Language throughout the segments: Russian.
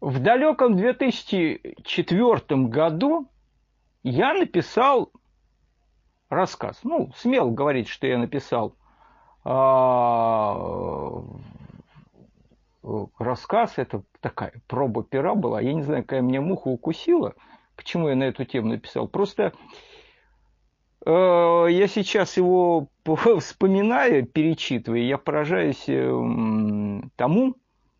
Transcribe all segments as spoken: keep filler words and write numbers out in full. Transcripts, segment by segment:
В далеком две тысячи четвёртом году я написал рассказ. Ну, смело говорить, что я написал а, рассказ. Это такая проба пера была. Я не знаю, какая меня муха укусила. Почему я на эту тему написал? Просто э, я сейчас его вспоминаю, перечитываю, я поражаюсь э, тому,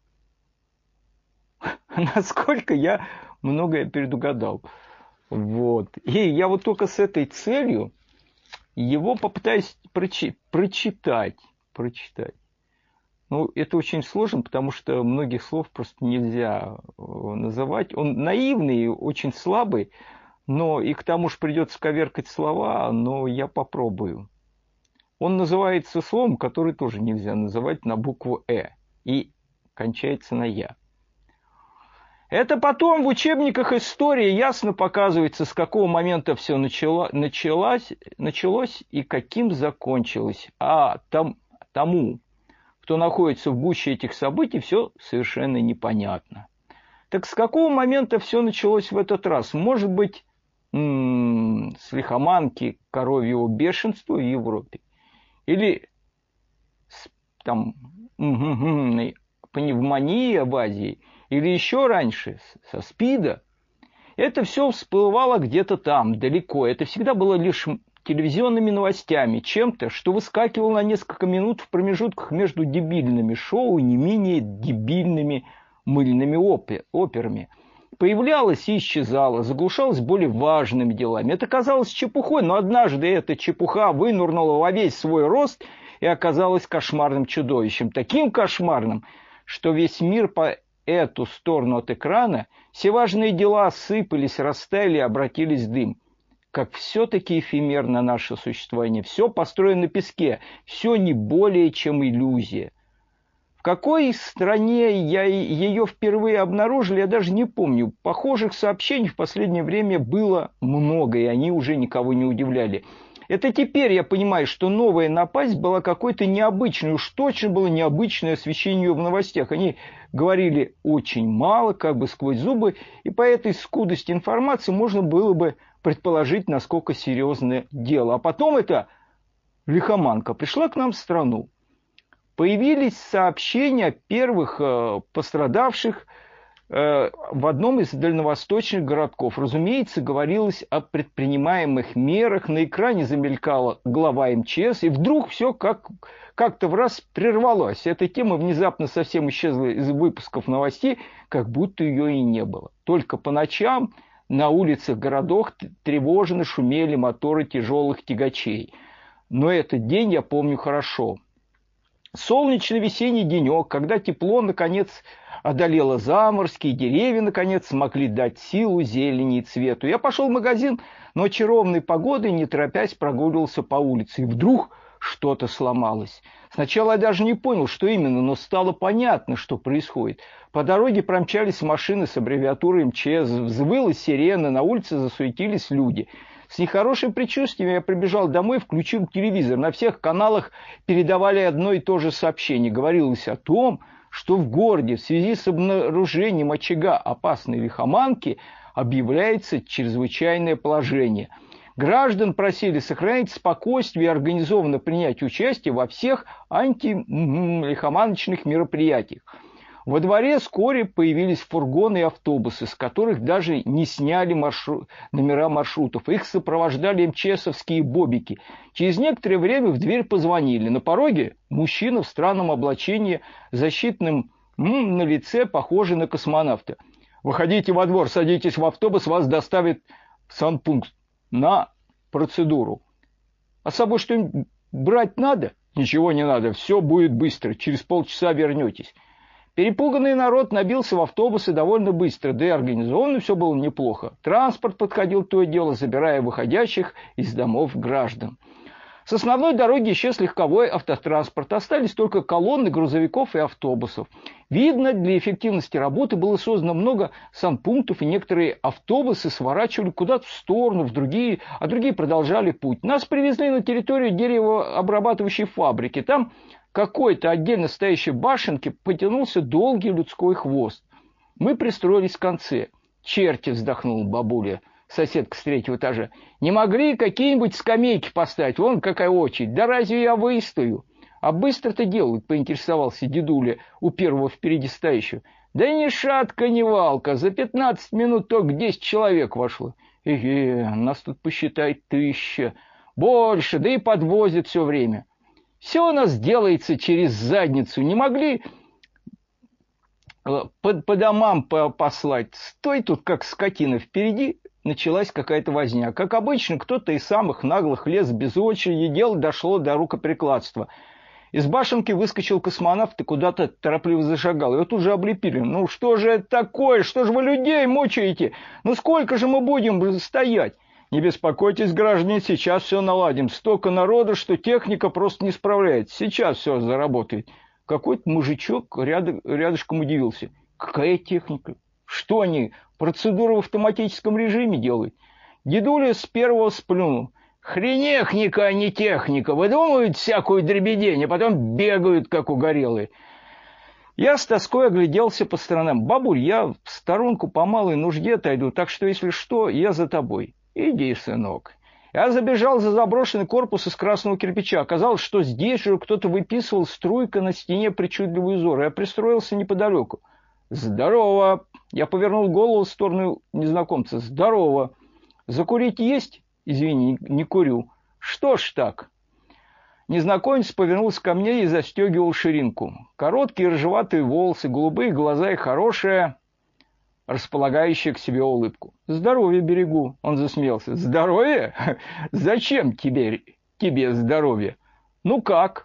насколько я многое предугадал. Вот. И я вот только с этой целью его попытаюсь прочи- прочитать. прочитать. Ну, это очень сложно, потому что многих слов просто нельзя называть. Он наивный, очень слабый, но и к тому же придется коверкать слова, но я попробую. Он называется словом, которое тоже нельзя называть на букву «э» и кончается на «я». Это потом в учебниках истории ясно показывается, с какого момента все начало, началось, началось и каким закончилось. А там, тому, кто находится в гуще этих событий, все совершенно непонятно. Так с какого момента все началось в этот раз? Может быть, м-м, с лихоманки коровьего бешенства в Европе? Или с там, пневмонии в Азии? Или еще раньше, со СПИДа, это все всплывало где-то там, далеко. Это всегда было лишь телевизионными новостями, чем-то, что выскакивало на несколько минут в промежутках между дебильными шоу и не менее дебильными мыльными операми. Появлялось и исчезало, заглушалось более важными делами. Это казалось чепухой, но однажды эта чепуха вынурнула во весь свой рост и оказалась кошмарным чудовищем. Таким кошмарным, что весь мир по эту сторону от экрана, все важные дела осыпались, растаяли и обратились в дым. Как все-таки эфемерно наше существование. Все построено на песке, все не более чем иллюзия. В какой стране я ее впервые обнаружил, я даже не помню. Похожих сообщений в последнее время было много, и они уже никого не удивляли. Это теперь я понимаю, что новая напасть была какой-то необычной. Уж точно было необычное освещение в новостях. Они говорили очень мало, как бы сквозь зубы, и по этой скудости информации можно было бы предположить, насколько серьезное дело. А потом эта лихоманка пришла к нам в страну. Появились сообщения о первых э, пострадавших э, в одном из дальневосточных городков. Разумеется, говорилось о предпринимаемых мерах. На экране замелькала глава эм че эс, и вдруг все как, как-то в раз прервалось. Эта тема внезапно совсем исчезла из выпусков новостей, как будто ее и не было. Только по ночам на улицах городов тревожно шумели моторы тяжелых тягачей. Но этот день я помню хорошо. Солнечный весенний денек, когда тепло, наконец, одолело заморозки, и деревья, наконец, смогли дать силу зелени и цвету. Я пошел в магазин, но очарованной погодой, не торопясь, прогуливался по улице. И вдруг что-то сломалось. Сначала я даже не понял, что именно, но стало понятно, что происходит. По дороге промчались машины с аббревиатурой эм че эс, взвыла сирена, на улице засуетились люди. С нехорошим предчувствием я прибежал домой, включил телевизор. На всех каналах передавали одно и то же сообщение. Говорилось о том, что в городе в связи с обнаружением очага опасной лихоманки объявляется чрезвычайное положение. Граждан просили сохранять спокойствие и организованно принять участие во всех антилихоманочных мероприятиях. Во дворе вскоре появились фургоны и автобусы, с которых даже не сняли маршрут, номера маршрутов. Их сопровождали эм че эсовские бобики. Через некоторое время в дверь позвонили. На пороге мужчина в странном облачении, защитным м, на лице, похожий на космонавта. «Выходите во двор, садитесь в автобус, вас доставят в санпункт на процедуру. А с собой что-нибудь брать надо?» «Ничего не надо, все будет быстро, через полчаса вернетесь». Перепуганный народ набился в автобусы довольно быстро, да и организованно все было неплохо. Транспорт подходил то и дело, забирая выходящих из домов граждан. С основной дороги исчез легковой автотранспорт, остались только колонны грузовиков и автобусов. Видно, для эффективности работы было создано много санпунктов, и некоторые автобусы сворачивали куда-то в сторону, в другие, а другие продолжали путь. Нас привезли на территорию деревообрабатывающей фабрики. Там какой-то отдельно стоящей башенке потянулся долгий людской хвост. Мы пристроились в конце. Черти, вздохнула бабуля, соседка с третьего этажа. Не могли какие-нибудь скамейки поставить? Вон какая очередь. Да разве я выстою? А быстро-то делают, поинтересовался дедуля у первого впереди стоящего. Да ни шатка, ни валка. За пятнадцать минут только десять человек вошло. Эге, нас тут посчитай тысяча. Больше, да и подвозят все время. Все у нас делается через задницу. Не могли по, по домам послать. Стой тут, как скотина. Впереди началась какая-то возня. Как обычно, кто-то из самых наглых лез без очереди. Дело дошло до рукоприкладства. Из башенки выскочил космонавт и куда-то торопливо зашагал. Его тут же облепили. Ну что же это такое? Что же вы людей мучаете? Ну сколько же мы будем стоять? Не беспокойтесь, граждане, сейчас все наладим. Столько народу, что техника просто не справляется. Сейчас все заработает. Какой-то мужичок рядом, рядышком удивился. Какая техника? Что они, процедуру в автоматическом режиме делают? Дедуля с первого сплюнул. Хренехника, а не техника. Выдумывают всякую дребедень, а потом бегают, как угорелые. Я с тоской огляделся по сторонам. Бабуль, я в сторонку по малой нужде отойду, так что, если что, я за тобой. Иди, сынок. Я забежал за заброшенный корпус из красного кирпича. Оказалось, что здесь же кто-то выписывал струйкой на стене причудливый узор. Я пристроился неподалеку. Здорово. Я повернул голову в сторону незнакомца. Здорово. Закурить есть? Извини, не курю. Что ж так? Незнакомец повернулся ко мне и застегивал ширинку. Короткие рыжеватые волосы, голубые глаза и хорошая, располагающая к себе улыбку. Здоровье берегу, он засмеялся. Здоровье? Зачем тебе, тебе здоровье? Ну как?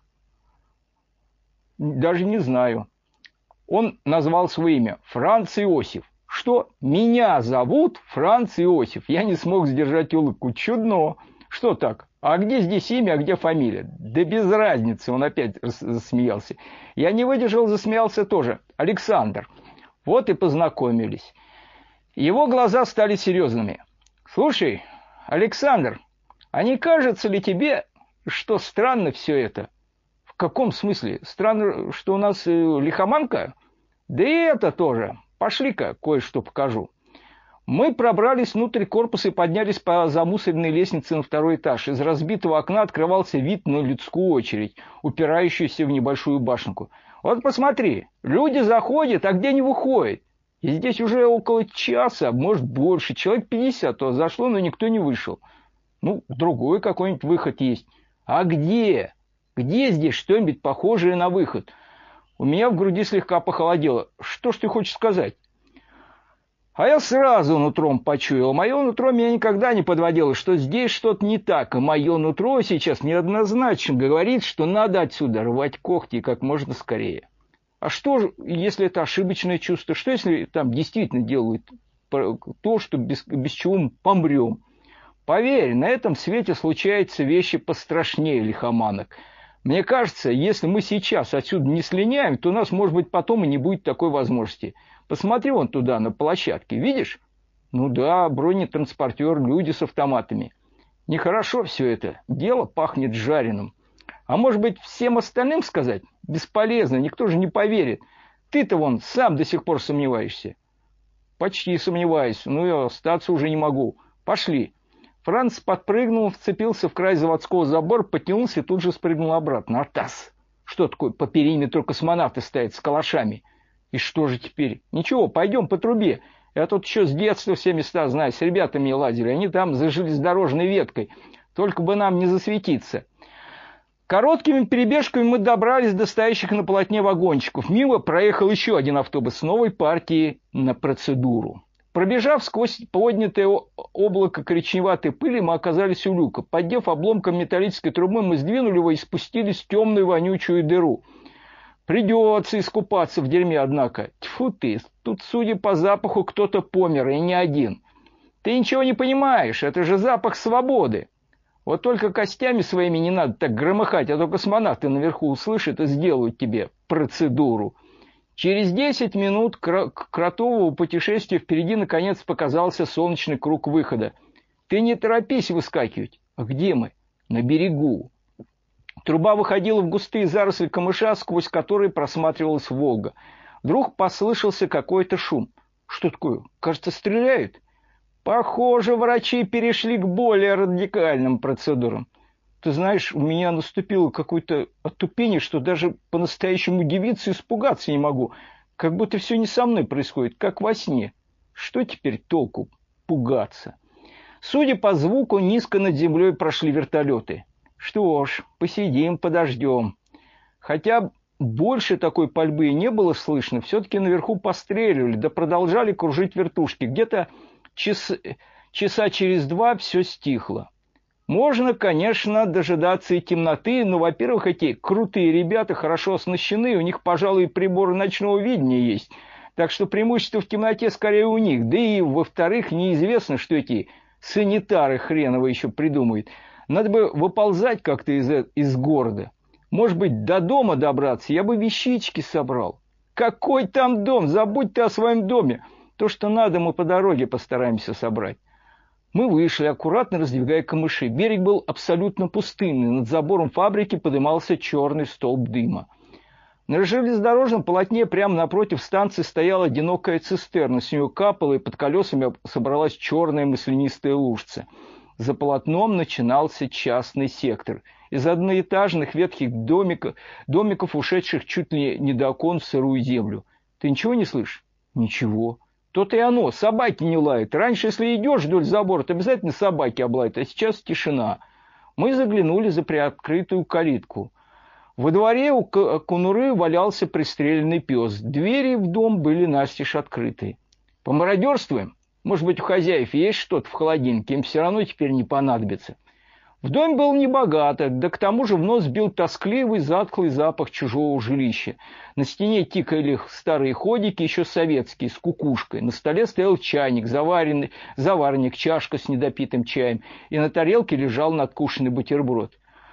Даже не знаю. Он назвал свое имя. Франц Иосиф. Что? Меня зовут Франц Иосиф. Я не смог сдержать улыбку. Чудно. Что так? А где здесь имя, а где фамилия? Да без разницы. Он опять засмеялся. Я не выдержал, засмеялся тоже. Александр. Вот и познакомились. Его глаза стали серьезными. Слушай, Александр, а не кажется ли тебе, что странно все это? В каком смысле? Странно, что у нас лихоманка? Да и это тоже. Пошли-ка, кое-что покажу. Мы пробрались внутрь корпуса и поднялись по замусоренной лестнице на второй этаж. Из разбитого окна открывался вид на людскую очередь, упирающуюся в небольшую башенку. Вот посмотри, люди заходят, а где не выходят? И здесь уже около часа, может больше, человек пятьдесят то зашло, но никто не вышел. Ну, другой какой-нибудь выход есть. А где? Где здесь что-нибудь похожее на выход? У меня в груди слегка похолодело. Что ж ты хочешь сказать? А я сразу нутром почуял. Мое нутро меня никогда не подводило, что здесь что-то не так. И мое нутро сейчас неоднозначно говорит, что надо отсюда рвать когти как можно скорее. А что, если это ошибочное чувство? Что, если там действительно делают то, что без, без чего мы помрем? Поверь, на этом свете случаются вещи пострашнее лихоманок. Мне кажется, если мы сейчас отсюда не слиняем, то у нас, может быть, потом и не будет такой возможности. Посмотри вон туда, на площадке, видишь? Ну да, бронетранспортер, люди с автоматами. Нехорошо все это, дело пахнет жареным. А может быть, всем остальным сказать? Бесполезно, никто же не поверит. Ты-то вон сам до сих пор сомневаешься. Почти сомневаюсь, но я остаться уже не могу. Пошли. Франц подпрыгнул, вцепился в край заводского забора, потянулся и тут же спрыгнул обратно. Атас! Что такое, по периметру космонавты стоят с калашами? И что же теперь? Ничего, пойдем по трубе. Я тут еще с детства все места знаю, с ребятами лазили. Они там за железнодорожной веткой. Только бы нам не засветиться. Короткими перебежками мы добрались до стоящих на полотне вагончиков. Мимо проехал еще один автобус с новой партией на процедуру. Пробежав сквозь поднятое облако коричневатой пыли, мы оказались у люка. Поддев обломком металлической трубы, мы сдвинули его и спустились в темную вонючую дыру. Придется искупаться в дерьме, однако. Тьфу ты, тут, судя по запаху, кто-то помер, и не один. Ты ничего не понимаешь, это же запах свободы. Вот только костями своими не надо так громыхать, а то космонавты наверху услышат и сделают тебе процедуру. Через десять минут кротового путешествия впереди наконец показался солнечный круг выхода. Ты не торопись выскакивать. А где мы? На берегу. Труба выходила в густые заросли камыша, сквозь которые просматривалась Волга. Вдруг послышался какой-то шум. Что такое? Кажется, стреляют. Похоже, врачи перешли к более радикальным процедурам. Ты знаешь, у меня наступило какое-то отупение, что даже по-настоящему удивиться и испугаться не могу. Как будто все не со мной происходит, как во сне. Что теперь толку пугаться? Судя по звуку, низко над землей прошли вертолеты. Что ж, посидим, подождем. Хотя больше такой пальбы и не было слышно, все-таки наверху постреливали, да продолжали кружить вертушки. Где-то час, часа через два все стихло. Можно, конечно, дожидаться и темноты, но, во-первых, эти крутые ребята хорошо оснащены, у них, пожалуй, приборы ночного видения есть, так что преимущество в темноте скорее у них. Да и, во-вторых, неизвестно, что эти санитары хреново еще придумают. Надо бы выползать как-то из, из города. Может быть, до дома добраться, я бы вещички собрал. Какой там дом? Забудь ты о своем доме. То, что надо, мы по дороге постараемся собрать. Мы вышли, аккуратно раздвигая камыши. Берег был абсолютно пустынный. Над забором фабрики подымался черный столб дыма. На железнодорожном полотне прямо напротив станции стояла одинокая цистерна. С нее капало, и под колесами собралась черная маслянистая лужица. За полотном начинался частный сектор. Из одноэтажных ветхих домиков, домиков, ушедших чуть ли не до окон в сырую землю. Ты ничего не слышишь? Ничего. То-то и оно, собаки не лают. Раньше, если идешь вдоль забора, то обязательно собаки облают, а сейчас тишина. Мы заглянули за приоткрытую калитку. Во дворе у конуры валялся пристреленный пес. Двери в дом были настежь открыты. Помародерствуем? Может быть, у хозяев есть что-то в холодильнике, им все равно теперь не понадобится. В доме было небогато, да к тому же в нос бил тоскливый, затхлый запах чужого жилища. На стене тикали старые ходики, еще советские, с кукушкой. На столе стоял чайник, заваренный, заварник, чашка с недопитым чаем, и на тарелке лежал надкушенный бутерброд.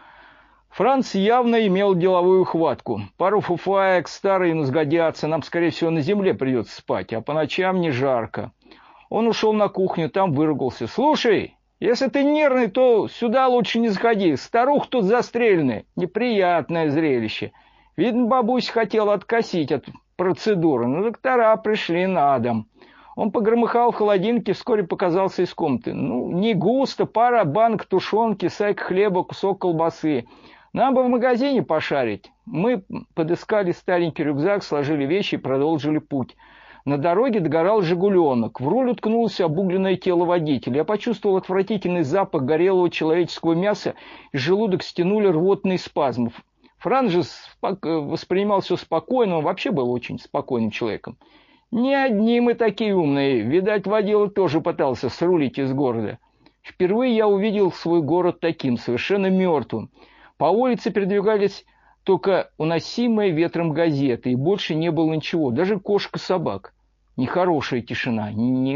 Франц явно имел деловую хватку. Пару фуфаек старые, но сгодятся, нам, скорее всего, на земле придется спать, а по ночам не жарко. Он ушел на кухню, там выругался. «Слушай, если ты нервный, то сюда лучше не заходи. Старуха тут застреленная. Неприятное зрелище. Видно, бабуся хотела откосить от процедуры, но доктора пришли на дом». Он погромыхал в холодильнике, вскоре показался из комнаты. Ну, не густо, пара банок тушенки, сайк хлеба, кусок колбасы. Нам бы в магазине пошарить. Мы подыскали старенький рюкзак, сложили вещи и продолжили путь. На дороге догорал «Жигуленок». В руль уткнулось обугленное тело водителя. Я почувствовал отвратительный запах горелого человеческого мяса, и желудок стянули рвотные спазмы. Франц же воспринимал все спокойно, он вообще был очень спокойным человеком. Не одни мы такие умные. Видать, водила тоже пытался срулить из города. Впервые я увидел свой город таким, совершенно мертвым. По улице передвигались только уносимые ветром газеты, и больше не было ничего, даже кошек-собак. Нехорошая тишина,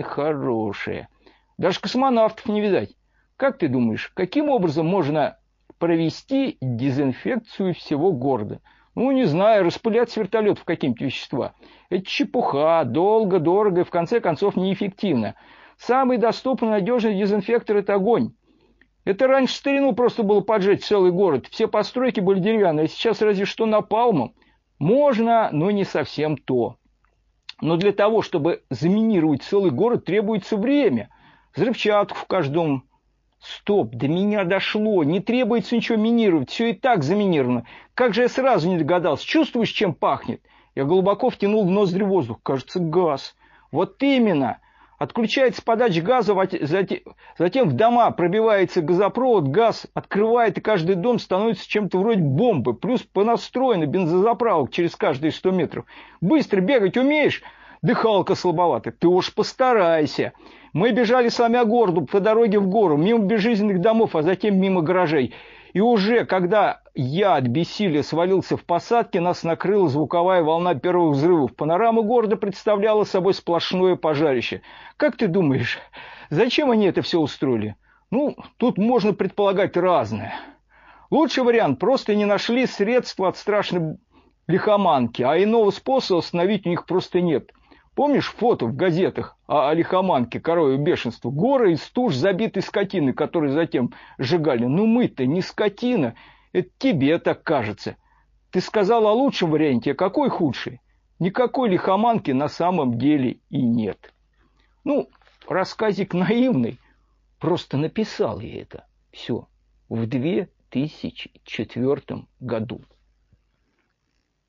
нехорошая. Даже космонавтов не видать. Как ты думаешь, каким образом можно провести дезинфекцию всего города? Ну, не знаю, распылять с вертолетов какие-нибудь вещества. Это чепуха, долго, дорого и в конце концов неэффективно. Самый доступный, надежный дезинфектор – это огонь. Это раньше в старину просто было поджечь целый город. Все постройки были деревянные, а сейчас разве что напалмом. Можно, но не совсем то. Но для того, чтобы заминировать целый город, требуется время. Взрывчатку в каждом. Стоп, до меня дошло. Не требуется ничего минировать. Все и так заминировано. Как же я сразу не догадался. Чувствуешь, чем пахнет? Я глубоко втянул в ноздри воздух. Кажется, газ. Вот именно. Отключается подача газа, затем в дома пробивается газопровод, газ открывает, и каждый дом становится чем-то вроде бомбы. Плюс понастроено бензозаправок через каждые сто метров. Быстро бегать умеешь? Дыхалка слабовата. Ты уж постарайся. Мы бежали сломя городу по дороге в гору, мимо безжизненных домов, а затем мимо гаражей. И уже когда я от бессилия свалился в посадке, нас накрыла звуковая волна первых взрывов. Панорама города представляла собой сплошное пожарище. Как ты думаешь, зачем они это все устроили? Ну, тут можно предполагать разное. Лучший вариант – просто не нашли средства от страшной лихоманки, а иного способа остановить у них просто нет. Помнишь фото в газетах о, о лихоманке, коровье бешенство? Горы из туш забитой скотины, которые затем сжигали. Ну мы-то не скотина, это тебе так кажется. Ты сказал о лучшем варианте, а какой худший? Никакой лихоманки на самом деле и нет. Ну, рассказик наивный, просто написал я это все в две тысячи четвёртом году.